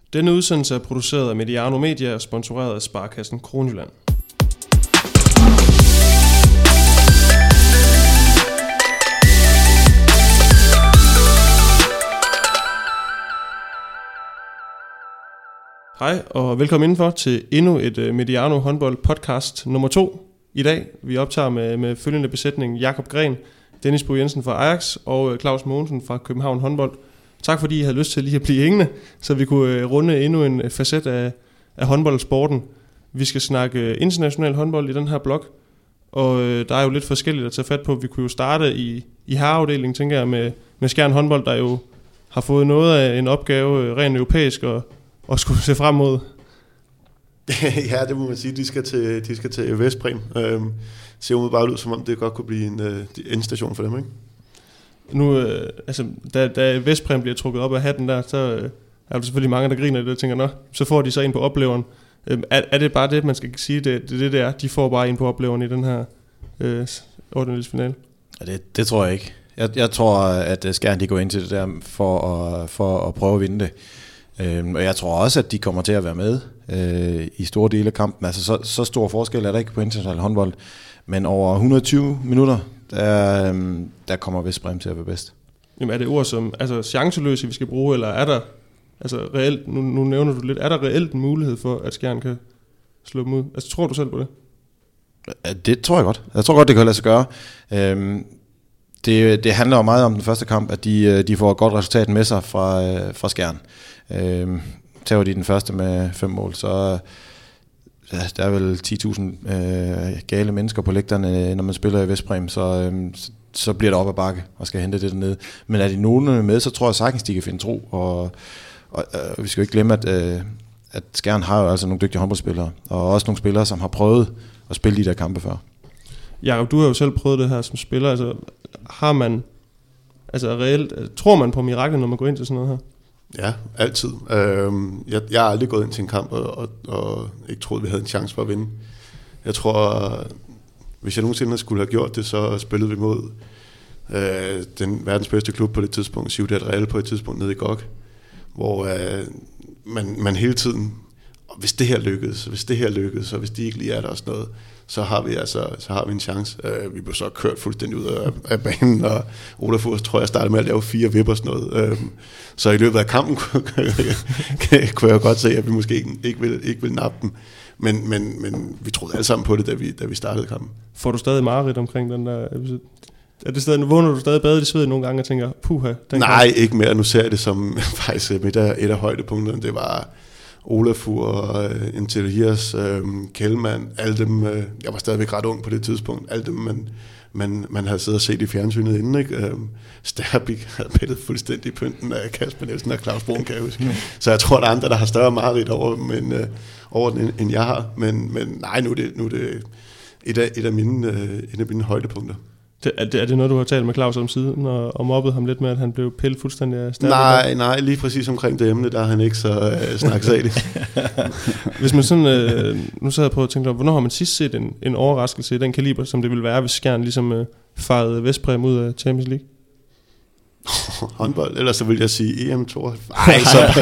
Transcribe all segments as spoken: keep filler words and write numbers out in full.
Denne udsendelse er produceret af Mediano Media og sponsoreret af Sparekassen Kronjylland. Hej og velkommen indenfor til endnu et Mediano håndbold podcast nummer to i dag. Vi optager med, med følgende besætning: Jakob Gren, Dennis Bo Jensen fra Ajax og Claus Mogensen fra København Håndbold. Tak fordi I havde lyst til lige at blive hængende, så vi kunne runde endnu en facet af, af håndboldsporten. Vi skal snakke international håndbold i den her blog, og der er jo lidt forskelligt at tage fat på. Vi kunne jo starte i, i herreafdelingen, tænker jeg, med, med Skjern Håndbold, der jo har fået noget af en opgave rent europæisk og, og skulle se frem mod. Ja, det må man sige. De skal til, de skal til Vestpræm. Øhm, ser umiddelbart ud, som om det godt kunne blive en øh, endstation for dem, ikke? Nu, øh, altså, da, da Vestpræm bliver trukket op af hatten der, så øh, er der selvfølgelig mange, der griner det og tænker, nå, så får de så ind på opleveren. Øh, er, er det bare det, man skal sige, det, det, det der, de får bare ind på opleveren i den her øh, ordentlighedsfinale? Ja, det, det tror jeg ikke. Jeg, jeg tror, at Skjern de går ind til det der for at, for at prøve at vinde det. Øh, og jeg tror også, at de kommer til at være med øh, i store dele af kampen. Altså, så, så stor forskel er der ikke på international håndbold. Men over et hundrede og tyve minutter, Der, der kommer Vestpræm til at være bedst. Jamen er det ord som altså chanceløse, vi skal bruge, eller er der altså reelt, nu, nu nævner du lidt, er der reelt en mulighed for, at Skjern kan slå dem ud? Altså tror du selv på det? Ja, det tror jeg godt. Jeg tror godt, det kan lade sig gøre. Øhm, det, det handler jo meget om den første kamp, at de, de får et godt resultat med sig fra, fra Skjern. Øhm, tager de den første med fem mål, så ja, der er vel ti tusind øh, gale mennesker på lægterne, når man spiller i Vestpræm, så, øh, så, så bliver det op ad bakke og skal hente det dernede. Men er de nogen med, så tror jeg sagtens, de kan finde tro. Og, og øh, vi skal jo ikke glemme, at, øh, at Skjern har jo altså nogle dygtige håndboldspillere, og også nogle spillere, som har prøvet at spille de der kampe før. Jakob, du har jo selv prøvet det her som spiller. Altså, har man altså reelt, altså, tror man på mirakler, når man går ind til sådan noget her? Ja, altid. Øhm, jeg, jeg har aldrig gået ind til en kamp og, og, og ikke troet, vi havde en chance for at vinde. Jeg tror, hvis jeg nogensinde skulle have gjort det, så spillede vi mod øh, den verdens bedste klub på det tidspunkt, Ciudad Real på et tidspunkt nede i G O G, hvor øh, man, man hele tiden, hvis det her lykkedes, hvis det her lykkedes, og hvis de ikke lige er der og sådan noget, så har vi altså så har vi en chance. Uh, vi blev så kørt fuldstændig ud af, af banen, og Olafur, tror jeg, startede med at lave fire vip og sådan noget. Uh, så i løbet af kampen kunne jeg godt se, at vi måske ikke, ikke ville ikke vil nappe dem. Men, men, men vi troede alle sammen på det, da vi, da vi startede kampen. Får du stadig mareridt omkring den der episode? Er det stadig, vågner du stadig badet i sved nogle gange og tænker, puha? Nej, kamp? Ikke mere. Nu ser jeg det som faktisk et af, et af højdepunkterne. Det var Olafur og uh, Intelliers, uh, Kjellmann, alle dem, uh, jeg var stadigvæk ret ung på det tidspunkt, alle dem, man, man, man havde siddet og set i fjernsynet inden, ikke? Uh, Sterbik havde pettet fuldstændig pynten af Kasper Nielsen og Claus Brun, kan jeg huske. Så jeg tror, der er andre, der har større mareridt over, men, uh, over den, end jeg har, men, men nej, nu er det, nu er det et, af, et, af mine, uh, et af mine højdepunkter. Det, er, det, er det noget, du har talt med Claus om siden, og, og mobbet ham lidt med, at han blev pillet fuldstændig af Sterbik? Nej, nej, lige præcis omkring det emne, der er han ikke så uh, snaksalig. Hvis man sådan, øh, nu så havde jeg prøvet at tænke, hvornår har man sidst set en, en overraskelse i den kaliber, som det ville være, hvis Skjern ligesom øh, farede Vestpræm ud af Champions League? Håndbold, ellers så vil jeg sige E M to. Nej, så,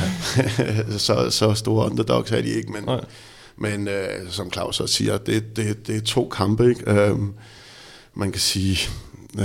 så, så store underdogs er de ikke, men, men øh, som Claus også siger, det, det, det er to kampe, ikke? Øh, man kan sige, øh,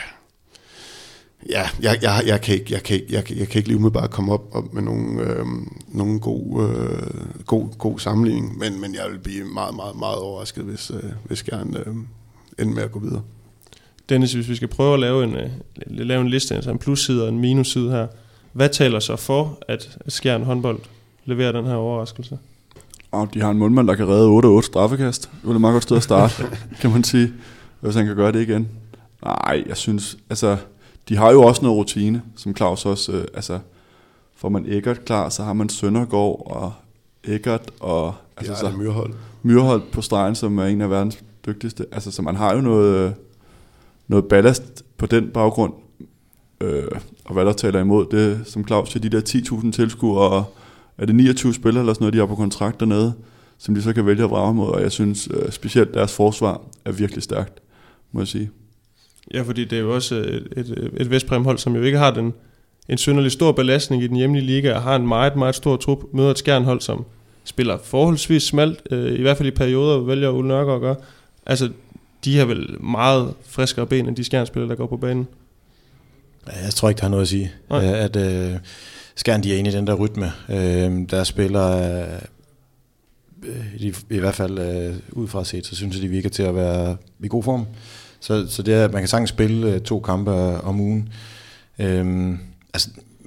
ja, jeg, jeg, jeg, kan ikke, jeg, kan ikke, jeg, jeg kan ikke lige umiddelbart komme op, op med nogen, øh, nogen god, øh, god, god sammenligning, men, men jeg vil blive meget, meget, meget overrasket, hvis, øh, hvis jeg gerne øh, ender med at gå videre. Dennis, hvis vi skal prøve at lave en, lave en liste, altså en plusside og en minusside her, hvad taler så for, at Skjern Håndbold leverer den her overraskelse? Og de har en målmand, der kan redde otte otte straffekast. Det er et meget godt sted at starte, kan man sige, hvis han kan gøre det igen. Nej, jeg synes, altså, de har jo også noget rutine, som Claus også, øh, altså, får man Eggert klar, så har man Søndergaard og Eggert og altså, ja, så, Myrhold. Myrhold på stregen, som er en af verdens dygtigste. Altså, så man har jo noget, øh, noget ballast på den baggrund, øh, og hvad der taler imod det, som Claus siger, de der ti tusind tilskuere, og er det niogtyve spillere eller sådan noget, de har på kontrakt dernede, som de så kan vælge at vrage mod, og jeg synes øh, specielt deres forsvar er virkelig stærkt, må jeg sige. Ja, fordi det er jo også et, et, et Vestpræm hold, som jo ikke har den en synderlig stor belastning i den hjemlige liga, og har en meget, meget stor trup, møder et Skjern-hold, som spiller forholdsvis smalt, øh, i hvert fald i perioder, vælger Ole Nørgaard at gøre. Altså, de har vel meget friskere ben, end de Skjern-spillere, der går på banen. Jeg tror ikke, der har noget at sige. Nej. At øh, Skjern, de er inde i den der rytme. Øh, der spiller, øh, i, i hvert fald øh, udefra set, så synes jeg, de virker til at være i god form. Så, så det er, man kan sagtens spille øh, to kampe om ugen. Øh, altså,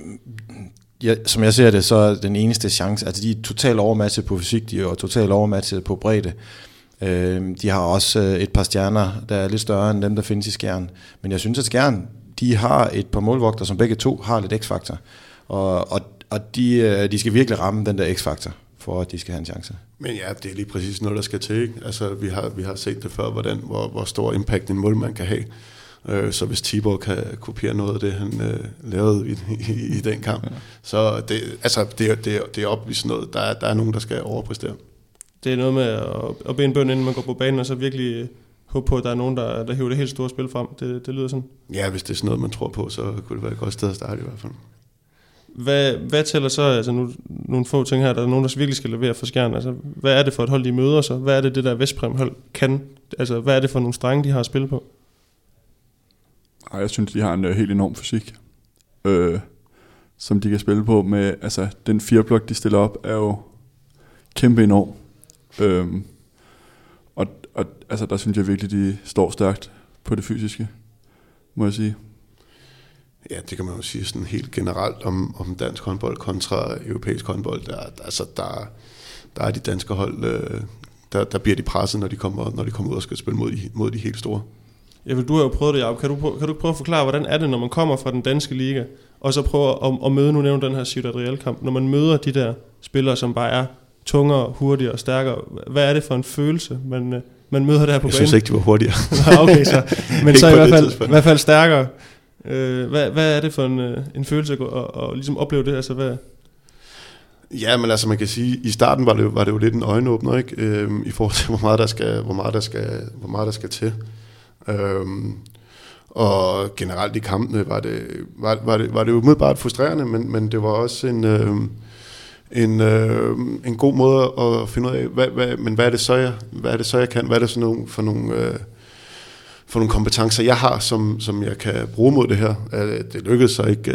ja, som jeg ser det, så er den eneste chance, altså de er totalt overmatchet på fysik, de er totalt overmatchet på bredde. Øh, de har også øh, et par stjerner, der er lidt større end dem, der findes i Skjern. Men jeg synes, at Skjern, de har et par målvogter, som begge to har lidt x-faktor. Og, og, og de, de skal virkelig ramme den der x-faktor, for at de skal have en chance. Men ja, det er lige præcis noget, der skal til. Ikke? Altså, vi har, vi har set det før, hvordan, hvor, hvor stor impact en målmand kan have. Øh, så hvis Tibor kan kopiere noget af det, han øh, lavede i, i, i den kamp, ja. så det, altså, det, det, det er opvist noget. Der er, der er nogen, der skal overpræstere. Det er noget med at, at bede en bøn, inden man går på banen, og så virkelig håbe på, at der er nogen, der, der hiver det helt store spil frem. Det, det lyder sådan. Ja, hvis det er sådan noget, man tror på, så kunne det være et godt sted at starte i hvert fald. Hvad, hvad tæller så, altså nu, nogle få ting her, der er nogen, der virkelig skal levere for Skjern, altså hvad er det for et hold, de møder så? Hvad er det, det der Veszprém hold kan? Altså hvad er det for nogle strenge, de har at spille på? Ej, jeg synes, de har en uh, helt enorm fysik, øh, som de kan spille på med, altså den fireblok, de stiller op, er jo kæmpe enorm. Øh, og, og altså der synes jeg virkelig, de står stærkt på det fysiske, må jeg sige. Ja, det kan man jo sige sådan helt generelt om, om dansk håndbold kontra europæisk håndbold. Der, altså, der, der er de danske hold, øh, der, der bliver de presset, når de kommer, når de kommer ud og skal spille mod de, mod de helt store. Ja, du har jo prøvet det, Jacob. Kan du, kan du prøve at forklare, hvordan er det, når man kommer fra den danske liga, og så prøver at, at møde, nu nævner den her Ciudad Real-kamp, når man møder de der spillere, som bare er tungere, hurtigere og stærkere. Hvad er det for en følelse, man, man møder der på banen? Jeg synes ikke, de var hurtigere. Okay, så. Men så i hvert, fald, i hvert fald stærkere. Øh, hvad, hvad er det for en, en følelse at, at, at ligesom opleve det? Altså, hvad? Ja, men altså man kan sige, i starten var det, var det jo lidt en øjenåbner, ikke? Øhm, i forhold til hvor meget der skal, hvor meget der skal, hvor meget der skal til. Øhm, og generelt i kampene var det, var, var det, var det umiddelbart frustrerende, men, men det var også en, øhm, en, øhm, en god måde at finde ud af, hvad, hvad, men hvad er det så jeg, hvad er det så jeg kan, hvad er det så nogle, for nogle øh, for nogle kompetencer, jeg har, som, som jeg kan bruge mod det her. Det lykkedes så ikke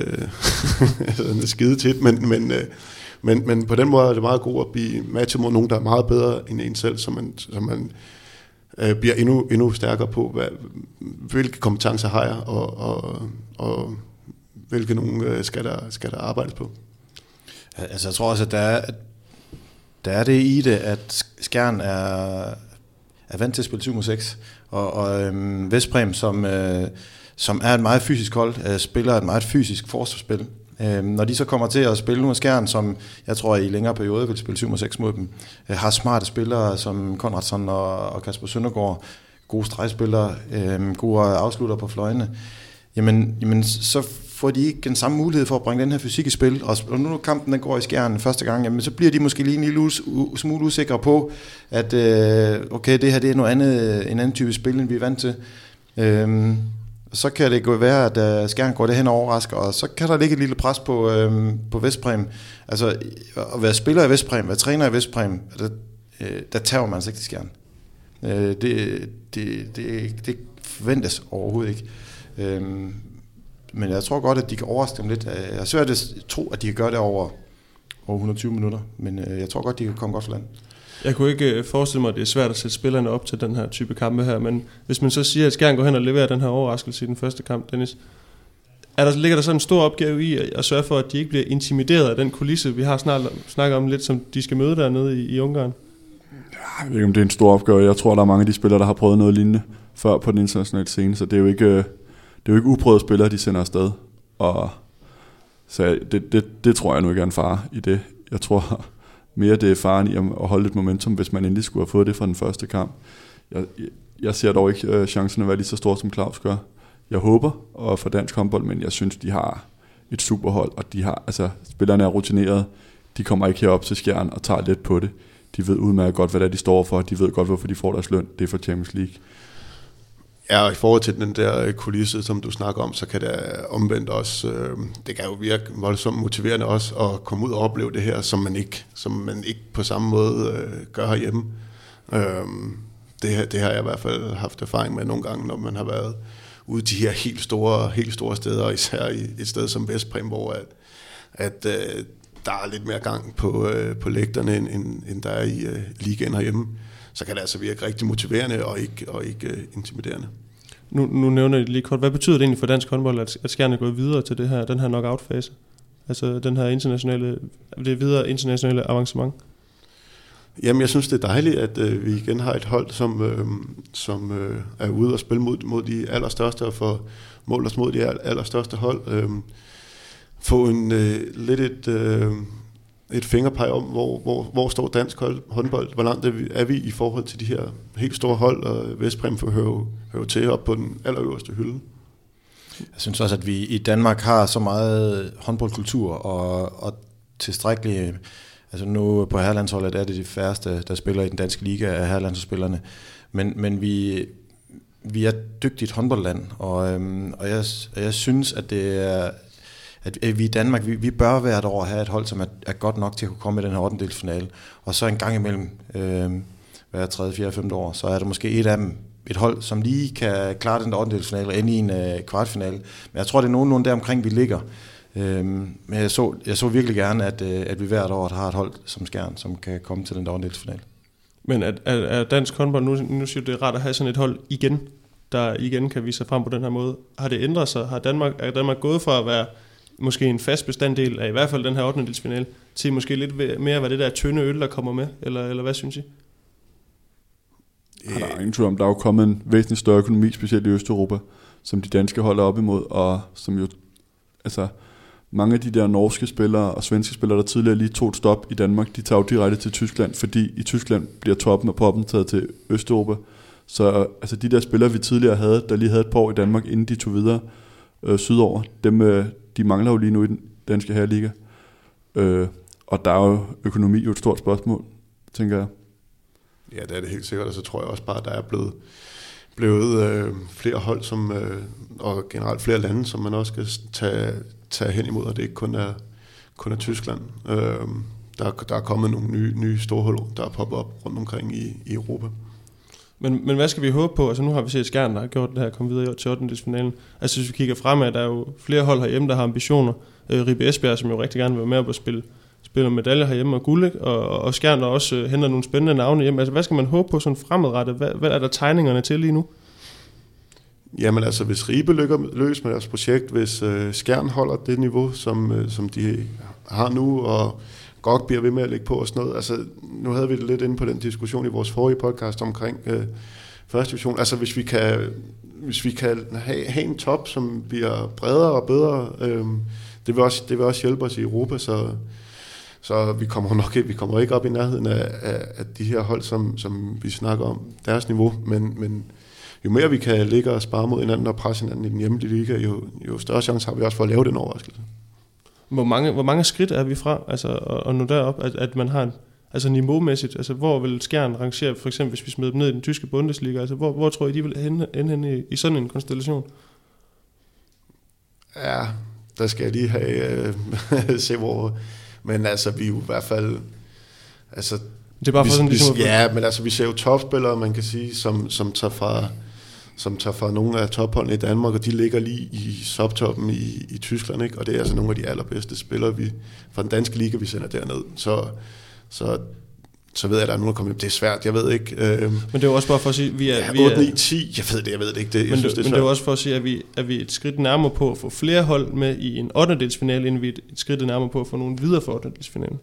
øh, skide tit, men, men, øh, men, men på den måde er det meget godt at blive matchet mod nogen, der er meget bedre end en selv, så man, så man øh, bliver endnu, endnu stærkere på, hvad, hvilke kompetencer har jeg, og, og, og hvilke nogen øh, skal, der, skal der arbejdes på. Altså jeg tror også, at der er, der er det i det, at Skjern er, er vant til at spille syv mod seks, og, og øhm, Veszprém, som, øh, som er et meget fysisk hold, øh, spiller et meget fysisk forsvarsspil. Øh, når de så kommer til at spille nu med Skjern, som jeg tror i længere perioder vil spille syv mod seks mod dem, øh, har smarte spillere som Konradsson og, og Kasper Søndergaard, gode stregspillere, øh, gode afslutter på fløjene, jamen, jamen så får de ikke den samme mulighed for at bringe den her fysik i spil, og nu når kampen den går i Skjern første gang, jamen så bliver de måske lige en lille us- smule usikre på, at øh, okay, det her det er noget andet, en anden type spil, end vi er vant til. Øhm, så kan det gå være, at uh, Skjern går det hen og overrasker, og så kan der ligge et lille pres på, øhm, på Veszprém. Altså at være spiller i Veszprém, være træner i Veszprém, der, øh, der tager man sig ikke til Skjern. Øh, det, det, det, det forventes overhovedet ikke. Øhm, Men jeg tror godt, at de kan overraske dem lidt. Jeg er svært at tro, at de kan gøre det over, over et hundrede og tyve minutter, men jeg tror godt, de kan komme godt for land. Jeg kunne ikke forestille mig, at det er svært at sætte spillerne op til den her type kampe her, men hvis man så siger, at Skjern går hen og leverer den her overraskelse i den første kamp, Dennis, er der, ligger der så en stor opgave i at, at sørge for, at de ikke bliver intimideret af den kulisse, vi har snart snakket om lidt, som de skal møde dernede i, i Ungarn? Jeg ved ikke, om det er en stor opgave. Jeg tror, der er mange af de spillere, der har prøvet noget lignende før på den internationale scene, så det er jo ikke... Det er jo ikke uprøvede spillere, de sender afsted. Og så det, det, det tror jeg nu ikke er en fare i det. Jeg tror mere, det er faren i at holde et momentum, hvis man endelig skulle have fået det fra den første kamp. Jeg, jeg ser dog ikke chancen at være lige så stor, som Claus gør. Jeg håber, og for dansk håndbold, men jeg synes, de har et superhold, og de har, altså, spillerne er rutineret. De kommer ikke herop til Skjern og tager let på det. De ved udmærket godt, hvad det er, de står for. De ved godt, hvorfor de får deres løn. Det er for Champions League. Ja, i forhold til den der kulisse, som du snakker om, så kan det omvendt også, øh, det kan jo virke voldsomt motiverende også at komme ud og opleve det her, som man ikke, som man ikke på samme måde øh, gør herhjemme. Øh, det, det har jeg i hvert fald haft erfaring med nogle gange, når man har været ude i de her helt store, helt store steder, især i et sted som Vestpræm, hvor at, at øh, der er lidt mere gang på, øh, på lægterne, end, end, end der er i øh, ligaen herhjemme. Så kan det altså virke rigtig motiverende og ikke, og ikke uh, intimiderende. Nu, nu nævner jeg lige kort, hvad betyder det egentlig for dansk håndbold, at, at Skjern er gået videre til det her, den her knockout-fase? Altså den her internationale, det videre internationale avancement? Jamen jeg synes det er dejligt, at uh, vi igen har et hold, som, uh, som uh, er ude og spille mod, mod de allerstørste og får mål os mod de allerstørste hold. Uh, få en uh, lidt et... Uh, et fingerpeg om, hvor, hvor, hvor står dansk håndbold, hvor langt er vi, er vi i forhold til de her helt store hold, og Vestpræm hører, hører til op på den allerøverste hylde. Jeg synes også, at vi i Danmark har så meget håndboldkultur, og, og tilstrækkeligt, altså nu på herrelandsholdet er det de færreste, der spiller i den danske liga af herrelandsholdsspillerne, men, men vi, vi er et dygtigt håndboldland, og, øhm, og jeg, jeg synes, at det er at vi i Danmark, vi, vi bør hvert år have et hold, som er, er godt nok til at kunne komme i den her ottendedelsfinale. Og så en gang imellem, øh, hver tredje, fjerde, femte år, så er der måske et af dem, et hold, som lige kan klare den der ottendedelsfinale og ende i en øh, kvartfinale. Men jeg tror, det er nogenlunde der omkring, vi ligger. Øh, men jeg så, jeg så virkelig gerne, at, øh, at vi hvert år har et hold som Skjern, som kan komme til den der ottendedelsfinale. Men er, er, er dansk håndbold, nu, nu siger du, det er rart at have sådan et hold igen, der igen kan vise sig frem på den her måde. Har det ændret sig? Har Danmark, er Danmark gået fra at være måske en fast bestanddel af i hvert fald den her ottendedelsfinale, til måske lidt mere hvad det der tynde øl, der kommer med, eller, eller hvad synes I? Ja, der er ingen tvivl om, der er jo kommet en væsentlig større økonomi, specielt i Østeuropa, som de danske holder op imod, og som jo, altså, mange af de der norske spillere og svenske spillere, der tidligere lige tog et stop i Danmark, de tager jo direkte til Tyskland, fordi i Tyskland bliver toppen og poppen taget til Østeuropa. Så altså, de der spillere, vi tidligere havde, der lige havde et par år i Danmark, inden de tog videre øh, sydover, dem øh, de mangler jo lige nu i den danske herreliga. Øh, og der er jo økonomi jo et stort spørgsmål, tænker jeg. Ja, det er det helt sikkert, og så tror jeg også bare, at der er blevet, blevet øh, flere hold, som, øh, og generelt flere lande, som man også skal tage, tage hen imod, og det ikke kun er, kun er Tyskland. Øh, der, der er kommet nogle nye, nye storhuller, der er poppet op rundt omkring i, i Europa. Men, men hvad skal vi håbe på? Altså nu har vi set Skjern, der har gjort det her, kommet videre til ottendedelsfinalen. Altså hvis vi kigger fremad, der er jo flere hold herhjemme, der har ambitioner. Øh, Ribe Esbjerg, som jo rigtig gerne vil være med på at spille, spille medaljer herhjemme og guld, og, og Skjern, der også øh, henter nogle spændende navne hjem. Altså hvad skal man håbe på sådan fremadrettet? Hvad, hvad er der tegningerne til lige nu? Jamen altså, hvis Ribe lykker løs med deres projekt, hvis øh, Skjern holder det niveau, som, øh, som de har nu, og godt bliver ved med at lægge på og sådan noget. Altså, nu havde vi det lidt inde på den diskussion i vores forrige podcast omkring øh, første division. Altså, hvis vi kan, hvis vi kan have, have en top, som bliver bredere og bedre, øh, det, vil også, det vil også hjælpe os i Europa, så, så vi kommer nok vi kommer ikke op i nærheden af, af, af de her hold, som, som vi snakker om, deres niveau, men, men jo mere vi kan ligge og spare mod hinanden og presse hinanden i den hjemlige liga, jo, jo større chance har vi også for at lave den overraskelse. Hvor mange, hvor mange skridt er vi fra, altså, og, og nu derop, at, at man har en, altså niveaumæssigt, altså hvor vil Skjern rangere, for eksempel hvis vi smider dem ned i den tyske Bundesliga, altså hvor, hvor tror I, de vil ende henne i, i sådan en konstellation? Ja, der skal jeg lige have øh, se hvor, men altså vi er jo i hvert fald, altså det er bare for vi, sådan, vi, ligesom ja, men altså vi ser jo topspillere, man kan sige, som, som tager fra som tager fra nogle af topholdene i Danmark, og de ligger lige i subtoppen i, i Tyskland, ikke? Og det er altså nogle af de allerbedste spillere vi, fra den danske liga, vi sender derned. Så, så, så ved jeg, at der er nogen, der kommer hjem. Det er svært, jeg ved ikke. Øh, men det er jo også bare for at sige, vi er... Ja, vi er otte, ni, ti, jeg ved det, jeg ved det ikke. Det, jeg men synes, det, det er men det er jo også for at sige, at vi er vi et skridt nærmere på at få flere hold med i en ottendedelsfinale, end vi er et skridt nærmere på at få nogen videre for ottendedelsfinalen.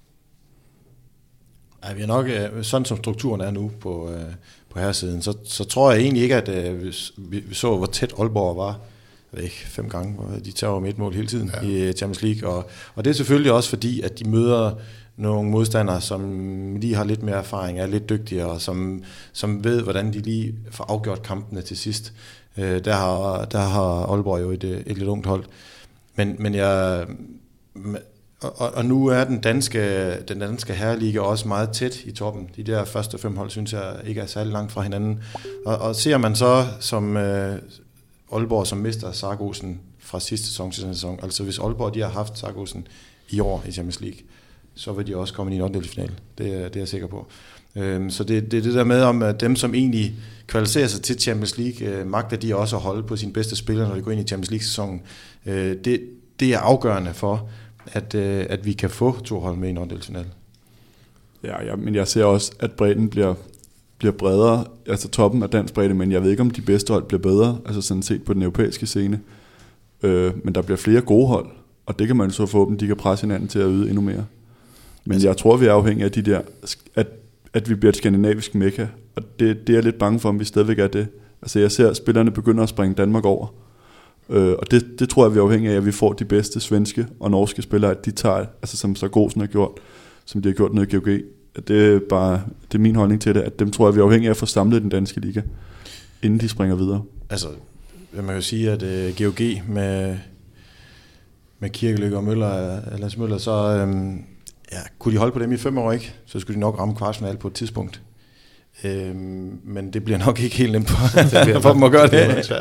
Ja, vi er nok, sådan som strukturen er nu på, på herresiden, så, så tror jeg egentlig ikke, at hvis vi så, hvor tæt Aalborg var, jeg ved ikke, fem gange, hvor de tager med et mål hele tiden ja. i Champions League, og, og det er selvfølgelig også fordi, at de møder nogle modstandere, som lige har lidt mere erfaring, er lidt dygtigere, og som, som ved, hvordan de lige får afgjort kampene til sidst. Der har, der har Aalborg jo et, et lidt ungt hold. Men, men jeg... Og, og, og nu er den danske, den danske herreliga også meget tæt i toppen. De der første fem hold, synes jeg, ikke er særlig langt fra hinanden. Og, og ser man så som øh, Aalborg, som mister Sargosen fra sidste sæson til sæson, altså hvis Aalborg de har haft Sargosen i år i Champions League, så vil de også komme i en ottendedelsfinale. Det, det er jeg sikker på. Øhm, så det, det er det der med, om dem, som egentlig kvalificerer sig til Champions League, øh, magter de også at holde på sine bedste spillere, når de går ind i Champions League-sæsonen. Øh, det, det er afgørende for, at, øh, at vi kan få to hold med i en ottendedelsfinale. Ja, ja, men jeg ser også, at bredden bliver, bliver bredere, altså toppen af dansk bredde, men jeg ved ikke, om de bedste hold bliver bedre, altså sådan set på den europæiske scene. Øh, men der bliver flere gode hold, og det kan man så forhåbentlig, de kan presse hinanden til at yde endnu mere. Men altså, jeg tror, vi er afhængige af de der, at, at vi bliver et skandinavisk mekka, og det, det er jeg lidt bange for, om vi stadigvæk er det. Altså jeg ser, at spillerne begynder at springe Danmark over, øh, og det, det tror jeg, vi er afhængige af, at vi får de bedste svenske og norske spillere, at de tager, altså som Sargosen har gjort, som de har gjort nede i G O G. Det er bare, det er min holdning til det, at dem tror jeg, vi er afhængige af at få samlet i den danske liga, inden de springer videre. Altså, man kan jo sige, at uh, G O G med, med Kirkelykke og Møller, Lars Møller, så um, ja, kunne de holde på dem i fem år, ikke? Så skulle de nok ramme kvartfinale på et tidspunkt. Um, men det bliver nok ikke helt nemt for, for dem at gøre det.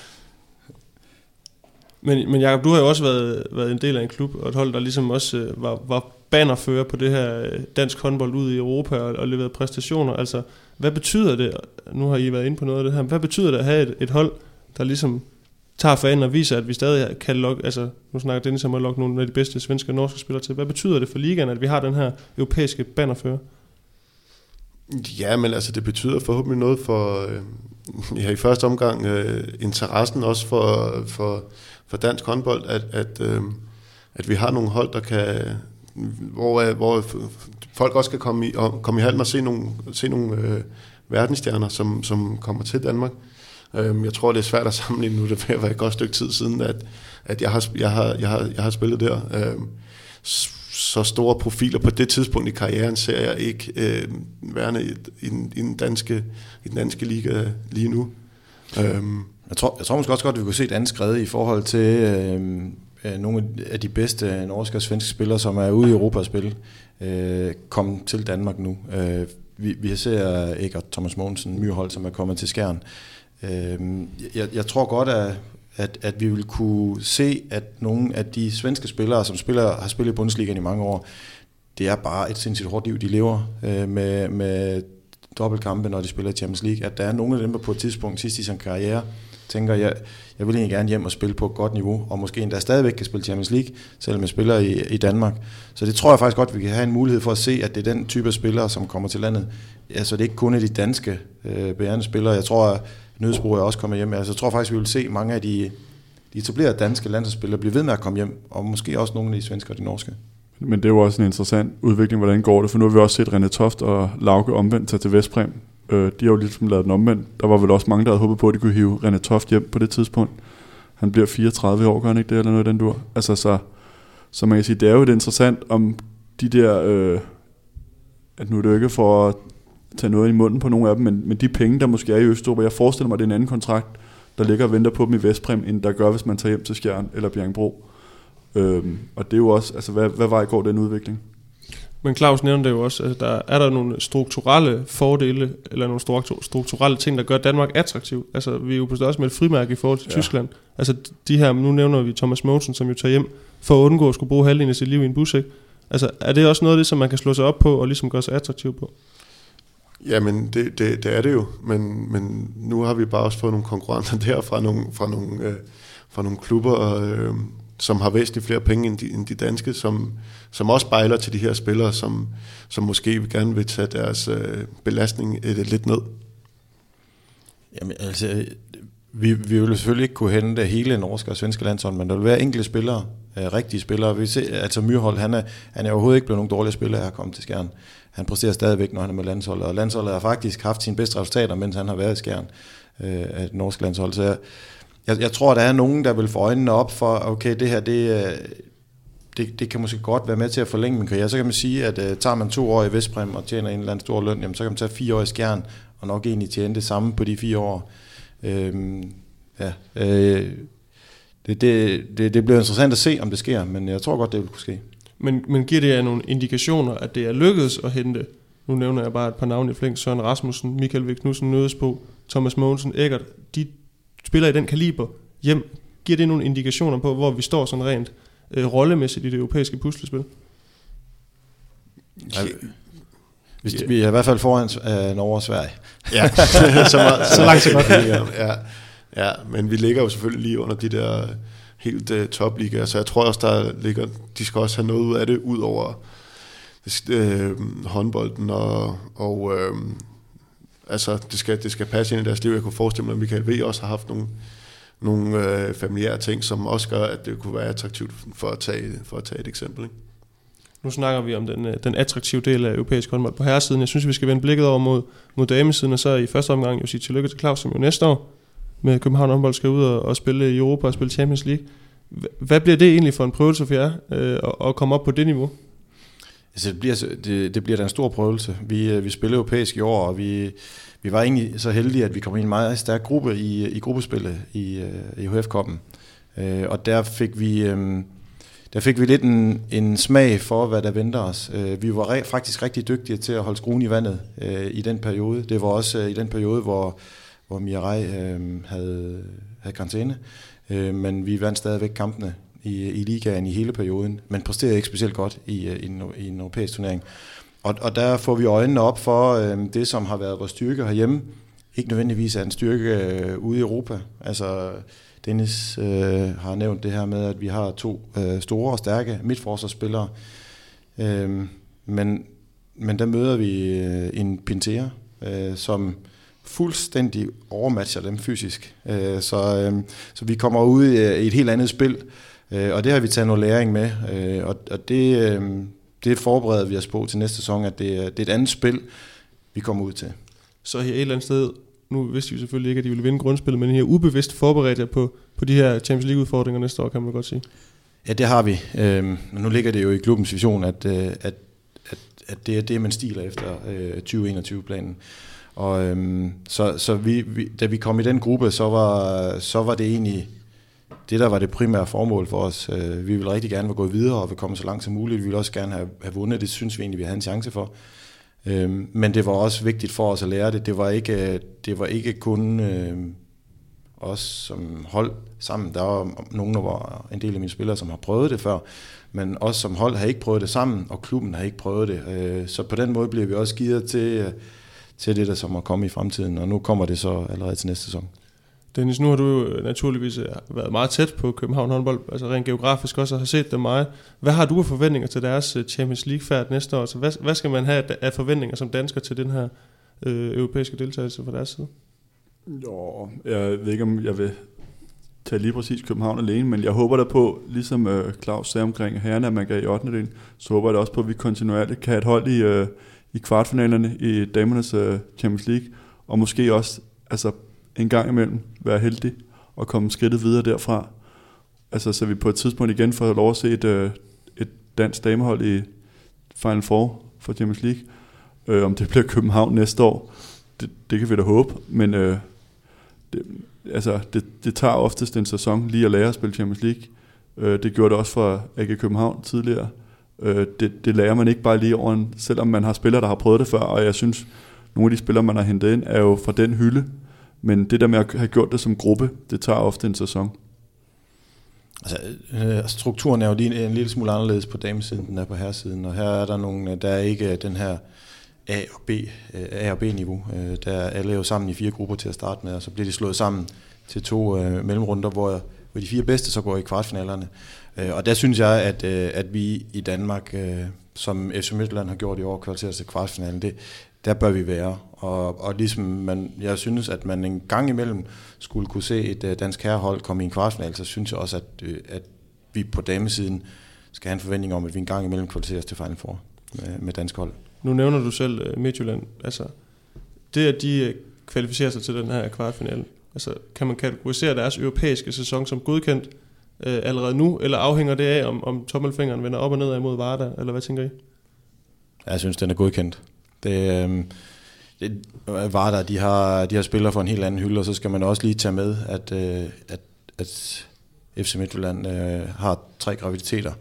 Men, men Jacob, du har jo også været, været en del af en klub og et hold, der ligesom også uh, var, var bannerfører på det her dansk håndbold ud i Europa og, og leveret præstationer. Altså, hvad betyder det, nu har I været inde på noget af det her, hvad betyder det at have et, et hold, der ligesom tager fanen og viser, at vi stadig kan lokke, altså nu snakker Dennis om at lokke nogle af de bedste svenske og norske spillere til. Hvad betyder det for ligaen, at vi har den her europæiske bannerfører? Ja, men altså det betyder forhåbentlig noget for, øh, ja, i første omgang, øh, interessen også for, for, for dansk håndbold, at, at, øh, at vi har nogle hold, der kan, hvor, hvor folk også kan komme i, komme i hallen og se nogle, se nogle øh, verdensstjerner, som, som kommer til Danmark. Jeg tror, det er svært at sammenligne nu. Det vil være et godt stykke tid siden, at, at jeg, har, jeg, har, jeg, har, jeg har spillet der. Så store profiler på det tidspunkt i karrieren ser jeg ikke øh, værende i, i, den, i, den danske, i den danske liga lige nu. Jeg tror, jeg tror måske også godt, at vi kunne se et andet skred i forhold til øh, nogle af de bedste norske og svenske spillere, som er ude i Europa at spille, øh, komme til Danmark nu. Øh, vi, vi ser Egert Thomas Mogensen, Myrhold, som er kommet til Skjern. Jeg, jeg tror godt, at, at, at vi vil kunne se, at nogle af de svenske spillere, som spiller, har spillet i Bundesligaen i mange år, det er bare et sindssygt hårdt liv, de lever øh, med, med dobbeltkampe, når de spiller i Champions League. At der er nogle af dem, der på et tidspunkt sidst i sin karriere tænker, jeg, jeg vil egentlig gerne hjem og spille på et godt niveau, og måske endda stadigvæk kan spille Champions League, selvom jeg spiller i, i Danmark. Så det tror jeg faktisk godt, vi kan have en mulighed for at se, at det er den type af spillere, som kommer til landet. Altså det er ikke kun af de danske øh, bærende spillere. Jeg tror, at Nødsbro er også kommet hjem. Altså, jeg tror faktisk, vi vil se mange af de, de etablerede danske landsholdsspillere blive ved med at komme hjem, og måske også nogle af de svenske og de norske. Men det er jo også en interessant udvikling, hvordan går det, for nu har vi også set René Toft og Lauke omvendt tage til Vestprem. De har jo ligesom lavet den omvendt. Der var vel også mange, der havde håbet på, at de kunne hive René Toft hjem på det tidspunkt. Han bliver fireogtredive år, gør han ikke det, eller noget i den dur? Altså, så, så man kan sige, det er jo et interessant om de der, øh, at nu er det jo ikke for at tage noget i munden på nogle af dem, men, men de penge, der måske er i Østeuropa, jeg forestiller mig, at det er en anden kontrakt, der ligger og venter på dem i Vestprem, end der gør, hvis man tager hjem til Skjern eller Bjerringbro. Øhm, og det er jo også, altså hvad, hvad vej går den udvikling? Men Claus nævnte det jo også, altså der er der nogle strukturelle fordele, eller nogle strukturelle ting, der gør Danmark attraktiv. Altså vi er jo på størrelse med et frimærke i forhold til ja. Tyskland. Altså de her, nu nævner vi Thomas Mogensen, som jo tager hjem for at undgå at skulle bruge halvdelen af sit liv i en bus, ikke? Altså er det også noget af det, som man kan slå sig op på, og ligesom gøre sig attraktiv på? Jamen, det, det, det er det jo, men, men nu har vi bare også fået nogle konkurrenter der fra nogle, fra nogle, øh, fra nogle klubber, øh, som har væsentligt flere penge end de, end de danske, som, som også bejler til de her spillere, som, som måske gerne vil tage deres øh, belastning øh, lidt ned. Jamen, altså, vi, vi vil selvfølgelig ikke kunne hente hele norske og svenske landshold, men der vil være enkelte spillere, øh, rigtige spillere. Vi ser, altså Myrhold, han er, han er overhovedet ikke blevet nogen dårlige spillere, her kommet til Skjern. Han præsterer stadigvæk, når han er med landsholdet, og landsholdet har faktisk haft sine bedste resultater, mens han har været i Skjern øh, af et norsk landshold. Så jeg, jeg, jeg tror, der er nogen, der vil få øjnene op for, okay, det her, det, det, det kan måske godt være med til at forlænge min karriere. Så kan man sige, at uh, tager man to år i Vestprem og tjener en eller anden stor løn, jamen, så kan man tage fire år i Skjern, og nok egentlig tjene det samme på de fire år. Øhm, ja, øh, det, det, det, det bliver interessant at se, om det sker, men jeg tror godt, det vil kunne ske. Men, men giver det jer nogle indikationer, at det er lykkedes at hente, nu nævner jeg bare et par navne i flæng, Søren Rasmussen, Michael V. Knudsen, Nødesbo, Thomas Mogensen, Eggert, de spiller i den kaliber hjem. Giver det nogle indikationer på, hvor vi står sådan rent øh, rollemæssigt i det europæiske puslespil? Ja, hvis det, vi er i hvert fald foran uh, Norge og Sverige. Ja, så, meget, så, så langt så godt. Ja, ja, men vi ligger jo selvfølgelig lige under de der helt uh, topligaer, så jeg tror også, der ligger, de skal også have noget ud af det, ud over uh, håndbolden, og, og uh, altså, det skal, det skal passe ind i deres liv. Jeg kunne forestille mig, at Michael V. også har haft nogle, nogle uh, familiære ting, som også gør, at det kunne være attraktivt for at tage, for at tage et eksempel, ikke? Nu snakker vi om den, den attraktive del af europæisk håndbold på herresiden. Jeg synes, vi skal vende blikket over mod, mod damesiden, og så i første omgang jo sige tillykke til Claus, som jo næste år med København håndbold skal ud og, og spille i Europa og spille Champions League. Hvad bliver det egentlig for en prøvelse for jer, øh, at, at komme op på det niveau? Altså, det, bliver, det, det bliver da en stor prøvelse. Vi, vi spiller europæisk i år, og vi, vi var egentlig så heldige, at vi kom i en meget stærk gruppe i, i gruppespillet i, i H F-koppen. Øh, og der fik vi... Øh, Der fik vi lidt en, en smag for, hvad der venter os. Vi var re- faktisk rigtig dygtige til at holde skruen i vandet øh, i den periode. Det var også øh, i den periode, hvor, hvor Mirai øh, havde, havde karantæne. Øh, men vi vandt stadigvæk kampene i, i ligaen i hele perioden, men præsterede ikke specielt godt i, i, en, i en europæisk turnering. Og, og der får vi øjnene op for øh, det, som har været vores styrke herhjemme. Ikke nødvendigvis er en styrke øh, ude i Europa. Altså... Dennis øh, har nævnt det her med, at vi har to øh, store og stærke midtforsvarsspillere, øh, men, men der møder vi øh, en Pintea, øh, som fuldstændig overmatcher dem fysisk. Øh, så, øh, så vi kommer ud i, i et helt andet spil, øh, og det har vi taget noget læring med, øh, og, og det, øh, det forbereder vi os på til næste sæson, at det, det er et andet spil, vi kommer ud til. Så her et eller andet sted... Nu vidste vi selvfølgelig ikke, at de ville vinde grundspillet, men I har ubevidst forberedt jer på, på de her Champions League-udfordringer næste år, kan man godt sige. Ja, det har vi. Øhm, nu ligger det jo i klubbens vision, at, at, at, at det er det, man stiler efter øh, tyve enogtyve-planen. Og øhm, så, så vi, vi, da vi kom i den gruppe, så var, så var det egentlig det, der var det primære formål for os. Øh, vi ville rigtig gerne være gået videre og vil komme så langt som muligt. Vi ville også gerne have, have vundet. Det synes vi egentlig, vi havde en chance for. Øhm, men det var også vigtigt for os at lære det. Det var ikke, det var ikke kun øh, os som hold sammen. Der var nogen, der var en del af mine spillere, som har prøvet det før, men os som hold har ikke prøvet det sammen, og klubben har ikke prøvet det. Øh, så på den måde bliver vi også givet til, til det, der som er kommet i fremtiden, og nu kommer det så allerede til næste sæson. Dennis, nu har du jo naturligvis været meget tæt på København håndbold, altså rent geografisk også, og har set dem meget. Hvad har du af forventninger til deres Champions League-færd næste år? Så hvad, hvad skal man have af forventninger som dansker til den her øh, europæiske deltagelse fra deres side? Jo, jeg ved ikke, om jeg vil tage lige præcis København alene, men jeg håber da på, ligesom øh, Claus sagde omkring herrerne, at man kan i ottende del, så håber jeg da også på, at vi kontinuerligt kan have et hold i, øh, i kvartfinalerne i damernes øh, Champions League, og måske også altså, en gang imellem være heldig og komme skridtet videre derfra. Altså, så vi på et tidspunkt igen får lov at se et, øh, et dansk damehold i Final Four for Champions League. Øh, om det bliver København næste år, det, det kan vi da håbe, men øh, det, altså, det, det tager oftest en sæson lige at lære at spille Champions League. Øh, det gjorde det også for A G København tidligere. Øh, det, det lærer man ikke bare lige over en, selvom man har spillere, der har prøvet det før, og jeg synes, nogle af de spillere, man har hentet ind, er jo fra den hylde. Men det der med at have gjort det som gruppe, det tager ofte en sæson. Altså, øh, strukturen er jo lige en, en lille smule anderledes på damesiden, end den er på herresiden, og her er der nogle, der er ikke den her A og B, A og B-niveau. Der er alle jo sammen i fire grupper til at starte med, og så bliver de slået sammen til to øh, mellemrunder, hvor, hvor de fire bedste så går i kvartfinalerne. Øh, og der synes jeg, at, øh, at vi i Danmark, øh, som F C Midtjylland har gjort i år, kvalificeret til kvartfinalen, det, der bør vi være. Og, og ligesom man, jeg synes, at man en gang imellem skulle kunne se et uh, dansk herrehold komme i en kvartfinal, så synes jeg også, at, uh, at vi på damesiden skal have en forventning om, at vi en gang imellem kvalificeres til Final Four med, med dansk hold. Nu nævner du selv uh, Midtjylland. Altså, det at de uh, kvalificerer sig til den her kvartfinale, altså, kan man kategorisere deres europæiske sæson som godkendt uh, allerede nu, eller afhænger det af, om, om tommelfingeren vender op og ned imod Varda, eller hvad tænker I? Jeg synes, den er godkendt. Det, øh, det Varda, de har, de har spillere for en helt anden hylde, og så skal man også lige tage med, at, øh, at, at F C Midtjylland øh, har tre graviditeter.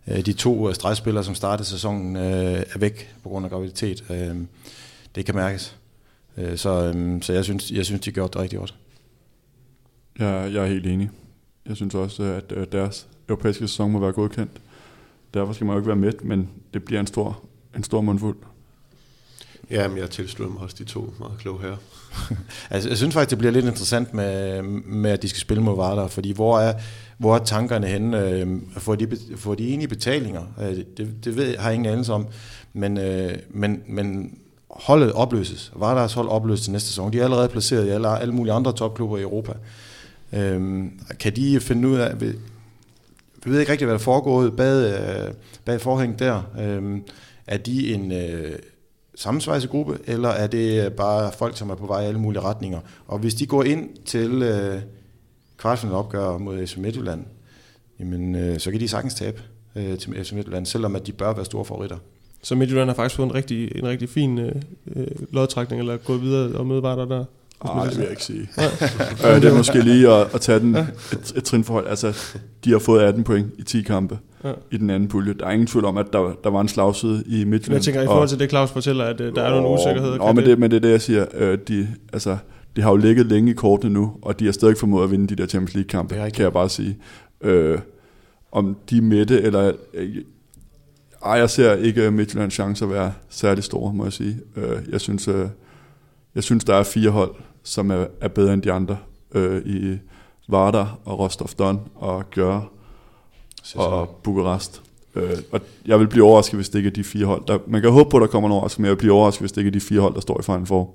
De to stregspillere, som startede sæsonen, er væk på grund af graviditet. Det kan mærkes. Så, så jeg, synes, jeg synes, de gjorde det rigtig godt. Jeg, jeg er helt enig. Jeg synes også, at deres europæiske sæson må være godkendt. Derfor skal man jo ikke være med, men det bliver en stor, en stor mundfuld. Ja, men jeg tilslutter mig også de to meget kloge her. Altså, jeg synes faktisk, det bliver lidt interessant med, med at de skal spille mod Vardar, fordi hvor er, hvor er tankerne henne? Får de, får de egentlig betalinger? Det, det ved jeg, har jeg ingen anelse om, men, men, men holdet opløses. Vardars hold opløses til næste sæson. De er allerede placeret i alle, alle mulige andre topklubber i Europa. Kan de finde ud af... Vi ved ikke rigtig, hvad der foregår bag, bag forhæng der. Er de en... sammensvejset gruppe, eller er det bare folk, som er på vej i alle mulige retninger? Og hvis de går ind til øh, kvartfinalopgør mod F C Midtjylland, jamen, øh, så kan de sagtens tabe øh, til F C Midtjylland, selvom at de bør være store favoritter. Så Midtjylland har faktisk fået en rigtig, en rigtig fin øh, lodtrækning, eller gået videre og møde Vardar der? Nej, det vil jeg ikke sige. øh, det er måske lige at, at tage den et, et trinforhold. Altså, de har fået atten point i ti kampe ja. i den anden pulje. Der er ingen tvivl om, at der, der var en slagside i Midtjylland. Jeg tænker, i forhold til det, Claus fortæller, at der er nogle usikkerheder. Åh, men det, men det er det, jeg siger. Øh, de, altså, de har jo ligget længe i kortene nu, og de har stadig formået at vinde de der Champions League-kampe, kan jeg bare sige. Øh, om de er midte, eller... Øh, ej, jeg ser ikke Midtjyllands chancer være særlig store, må jeg sige. Øh, jeg synes... Øh, Jeg synes, der er fire hold, som er, er bedre end de andre øh, i Vardar og Rostov-Don og Gjøre og Bukarest. Øh, og jeg vil blive overrasket, hvis det ikke er de fire hold. Der, man kan håbe på, at der kommer en overraskelse, men jeg vil blive overrasket, hvis det ikke er de fire hold, der står i Final Four.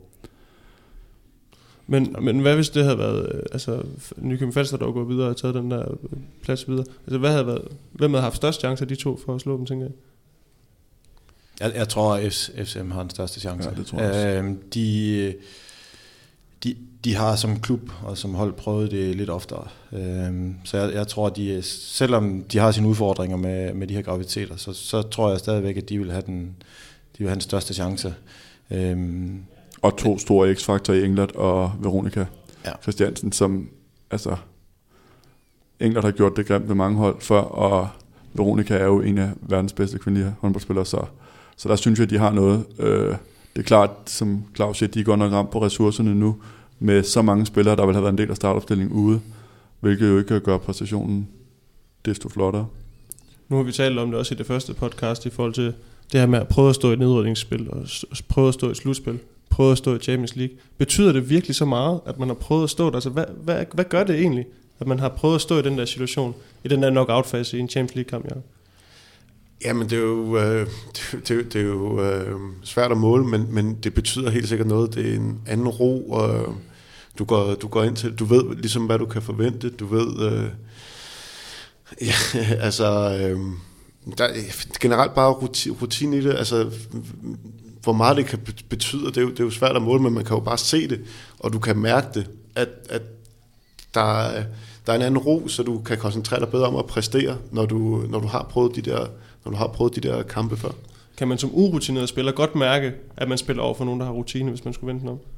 Men, men hvad hvis det havde været, altså Nykøbing Falster, der var gået videre og taget den der plads videre? Altså hvad havde været, hvem havde haft størst chance af de to for at slå dem, tænker jeg? Jeg, jeg tror, at F C M har den største chance. Ja, det tror jeg øh, de, de, de har som klub og som hold prøvet det lidt oftere. Øh, så jeg, jeg tror, at de, selvom de har sine udfordringer med, med de her graviditeter, så, så tror jeg stadigvæk, at de vil have den, de vil have den største chance. Øh, og to store X-faktorer i Englert og Veronica ja. Christiansen, som altså Englert har gjort det grimt med mange hold før, og Veronica er jo en af verdens bedste kvindelige håndboldspillere, så Så der synes jeg, at de har noget. Øh, det er klart, som Claus siger, de er godt nok ramt på ressourcerne nu, med så mange spillere, der vil have været en del af startopstillingen ude, hvilket jo ikke gør præstationen desto flottere. Nu har vi talt om det også i det første podcast, i forhold til det her med at prøve at stå i et nedrykningsspil, og prøve at stå i et slutspil, prøve at stå i Champions League. Betyder det virkelig så meget, at man har prøvet at stå der? Altså, hvad, hvad, hvad gør det egentlig, at man har prøvet at stå i den der situation, i den der knockout-fase i en Champions League-kamp, ja? Jamen, det er jo, øh, det, det, det er jo øh, svært at måle, men, men det betyder helt sikkert noget. Det er en anden ro, og du går, du går ind til, du ved ligesom, hvad du kan forvente. Du ved, øh, ja, altså, øh, der er generelt bare rutine, rutine i det. Altså, hvor meget det kan betyde, det er, jo, det er jo svært at måle, men man kan jo bare se det, og du kan mærke det, at, at der er, der er en anden ro, så du kan koncentrere dig bedre om at præstere, når du, når du har prøvet de der når du har prøvet de der kampe før. Kan man som urutineret spiller godt mærke, at man spiller over for nogen, der har rutine, hvis man skulle vente noget?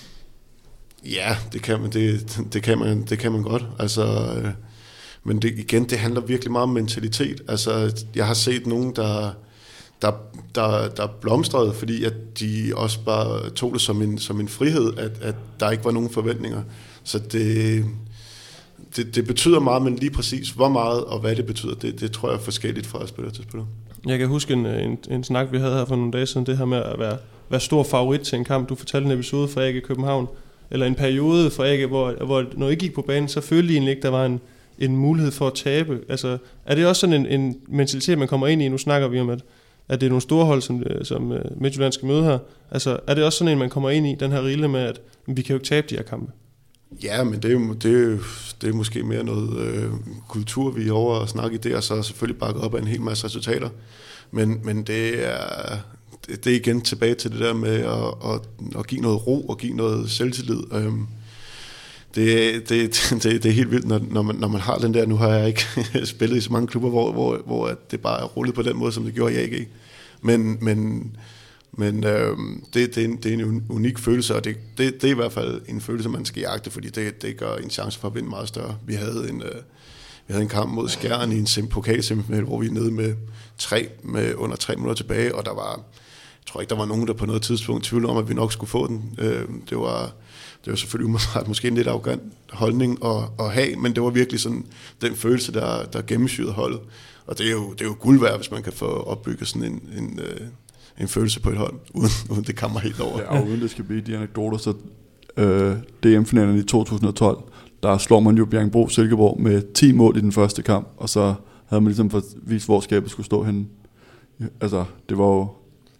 Ja, det kan man, det, det kan man, det kan man godt. Altså, øh, men det, igen, det handler virkelig meget om mentalitet. Altså, jeg har set nogen, der, der, der, der blomstrede, fordi at de også bare tog det som en, som en frihed, at, at der ikke var nogen forventninger. Så det... Det, det betyder meget, men lige præcis hvor meget og hvad det betyder, det, det tror jeg er forskelligt fra spiller til spiller. Jeg kan huske en, en, en snak, vi havde her for nogle dage siden, det her med at være, være stor favorit til en kamp. Du fortalte en episode fra A G København, eller en periode fra A G, hvor, hvor når I gik på banen, så følte I egentlig ikke, der var en, en mulighed for at tabe. Altså, er det også sådan en, en mentalitet, man kommer ind i? Nu snakker vi om, at, at det er nogle store hold, som, som Midtjylland skal møde her. Altså, er det også sådan en, man kommer ind i, den her rille med, at vi kan jo ikke tabe de her kampe? Ja, men det er jo, det er jo, det er måske mere noget øh, kultur, vi er over at snakke i det, og så er selvfølgelig bakket op af en hel masse resultater. Men, men det, er, det, det er igen tilbage til det der med at, at, at give noget ro og give noget selvtillid. Øhm, det, det, det, det er helt vildt, når, når, man, når man har den der. Nu har jeg ikke spillet i så mange klubber, hvor, hvor, hvor det bare er rullet på den måde, som det gjorde i A G. Men... men Men øh, det, det, er en, det er en unik følelse, og det, det, det er i hvert fald en følelse, man skal jagte, fordi det, det gør en chance for at vinde meget større. Vi havde en, øh, vi vi havde en kamp mod Skjern i en sim- pokalsemifinal, hvor vi er nede med, tre, med under tre minutter tilbage, og der var, jeg tror ikke, der var nogen, der på noget tidspunkt tvivlede om, at vi nok skulle få den. Øh, det var... Det var selvfølgelig umiddelbart måske en lidt arrogant holdning at, at have, men det var virkelig sådan den følelse, der, der gennemsyrede holdet. Og det er, jo, det er jo guld værd, hvis man kan få opbygget sådan en, en, en følelse på et hold, uden, uden det kommer helt over. Ja, og uden det skal blive de anekdoter, så øh, D M-finalen i to tusind og tolv, der slår man jo Bjerringbro Silkeborg med ti mål i den første kamp, og så havde man ligesom fået vist, hvor skabet skulle stå henne. Altså, det var jo,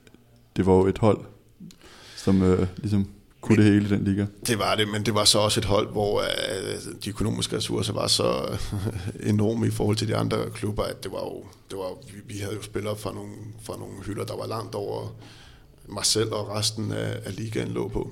det var jo et hold, som øh, ligesom... kunne det hele i den liga. Det var det, men det var så også et hold, hvor uh, de økonomiske ressourcer var så uh, enorme i forhold til de andre klubber, at det var jo, det var, vi, vi havde jo spillere fra nogle, fra nogle hylder, der var langt over mig selv og resten af, af ligaen lå på.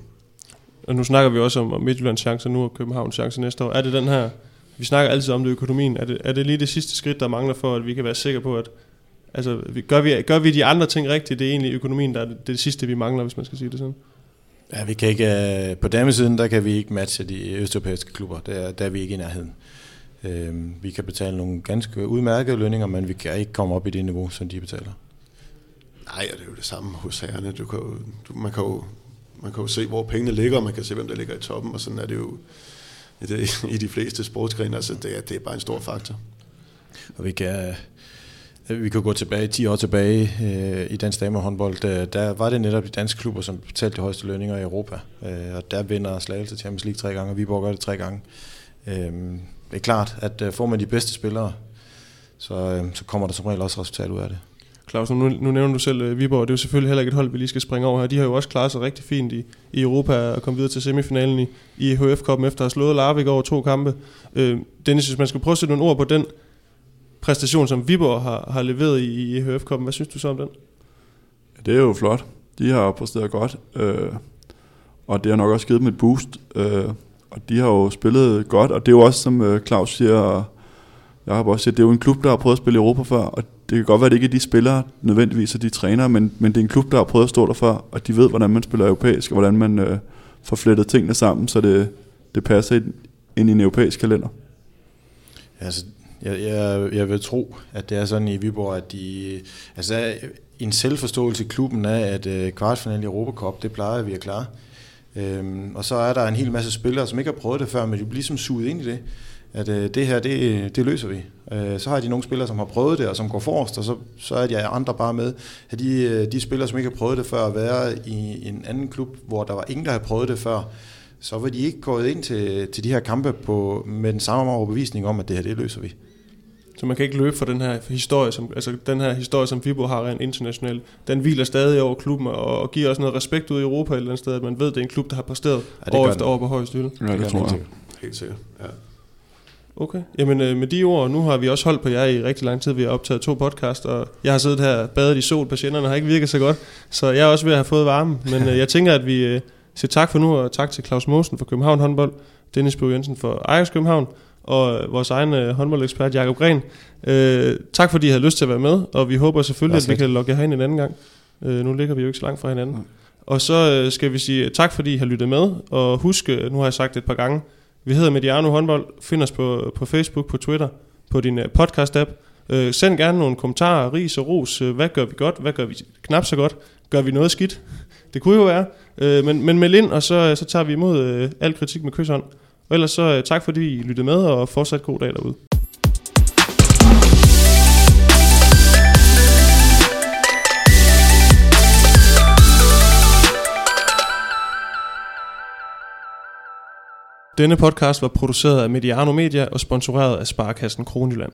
Og nu snakker vi også om, om Midtjyllands chancer nu og Københavns chancer næste år. Er det den her, vi snakker altid om det økonomien, er det, er det lige det sidste skridt, der mangler for, at vi kan være sikre på, at altså, gør, vi, gør vi de andre ting rigtigt, det er egentlig økonomien, der er det, det, er det sidste, vi mangler, hvis man skal sige det sådan? Ja, vi kan ikke, på damesiden, der kan vi ikke matche de østeuropæiske klubber. Der, der er vi ikke i nærheden. Øhm, vi kan betale nogle ganske udmærkede lønninger, men vi kan ikke komme op i det niveau, som de betaler. Nej, det er jo det samme hos herrerne. Du kan jo, du, man, kan jo, man kan jo se, hvor pengene ligger, og man kan se, hvem der ligger i toppen, og sådan er det jo i, det, i de fleste sportsgrene. Altså, det, er, det er bare en stor faktor. Og vi kan... Vi kan gå tilbage, ti år tilbage øh, i dansk damehåndbold, der, der var det netop de danske klubber, som betalte de højeste lønninger i Europa. Øh, og der vinder Slagelse Champions League tre gange, og Viborg gør det tre gange. Øh, det er klart, at øh, får man de bedste spillere, så, øh, så kommer der som regel også resultat ud af det. Claus, nu, nu nævner du selv uh, Viborg, det er jo selvfølgelig heller ikke et hold, vi lige skal springe over her. De har jo også klaret sig rigtig fint i, i Europa og kommet videre til semifinalen i, i H F-koppen efter at have slået Larvik over to kampe. Øh, Dennis, hvis man skal prøve at sætte nogle ord på den præstation, som Viborg har, har leveret i, i H F-koppen. Hvad synes du så om den? Det er jo flot. De har præsteret godt, øh, og det har nok også givet dem et boost. Øh, og de har jo spillet godt, og det er jo også, som øh, Claus siger, og jeg har også sagt, det er jo en klub, der har prøvet at spille i Europa før, og det kan godt være, at det ikke er de spillere nødvendigvis, at de træner, men, men det er en klub, der har prøvet at stå der før, og de ved, hvordan man spiller europæisk, og hvordan man øh, får flettet tingene sammen, så det, det passer ind i en europæisk kalender. Ja, altså Jeg, jeg, jeg vil tro, at det er sådan i Viborg, at de, altså en selvforståelse i klubben af, at øh, kvartfinalen i Europa Cup, det plejer vi at klare. Øhm, og så er der en hel masse spillere, som ikke har prøvet det før, men de bliver ligesom suget ind i det, at øh, det her, det, det løser vi. Øh, så har de nogle spillere, som har prøvet det, og som går forrest, og så, så er de andre bare med. At de, de spillere, som ikke har prøvet det før, at være i en anden klub, hvor der var ingen, der havde prøvet det før, så var de ikke gået ind til, til de her kampe på, med den samme overbevisning om, at det her, det løser vi. Så man kan ikke løbe for den her historie, som, altså den her historie, som Viborg har rent internationalt. Den hviler stadig over klubben og, og giver også noget respekt ud i Europa et eller andet sted, at man ved, at det er en klub, der har præsteret ja, år efter år på højeste hylde. Ja, det, det tror jeg. Helt sikkert, ja. Okay, jamen med de ord, nu har vi også holdt på jer i rigtig lang tid. Vi har optaget to podcast, og jeg har siddet her badet i sol. Patienterne har ikke virket så godt, så jeg er også ved at have fået varme. Men jeg tænker, at vi siger tak for nu, og tak til Claus Mogensen fra København Håndbold, Dennis Bøge Jensen fra Ajax København, og vores egen øh, håndboldekspert Jakob Gren. Øh, tak fordi I havde lyst til at være med, og vi håber selvfølgelig, at vi kan logge jer herind en anden gang. Øh, nu ligger vi jo ikke så langt fra hinanden. Mm. Og så øh, skal vi sige tak fordi I har lyttet med, og husk, nu har jeg sagt det et par gange, vi hedder Mediano Håndbold. Find os på, på Facebook, på Twitter, på din uh, podcast-app. Øh, send gerne nogle kommentarer, ris og ros. Hvad gør vi godt? Hvad gør vi knap så godt? Gør vi noget skidt? Det kunne jo være. Øh, men, men meld ind, og så, så tager vi imod øh, al kritik med kyshånd. Og ellers så tak fordi I lyttede med, og fortsat god dag derude. Denne podcast var produceret af Mediano Media og sponsoreret af Sparekassen Kronjylland.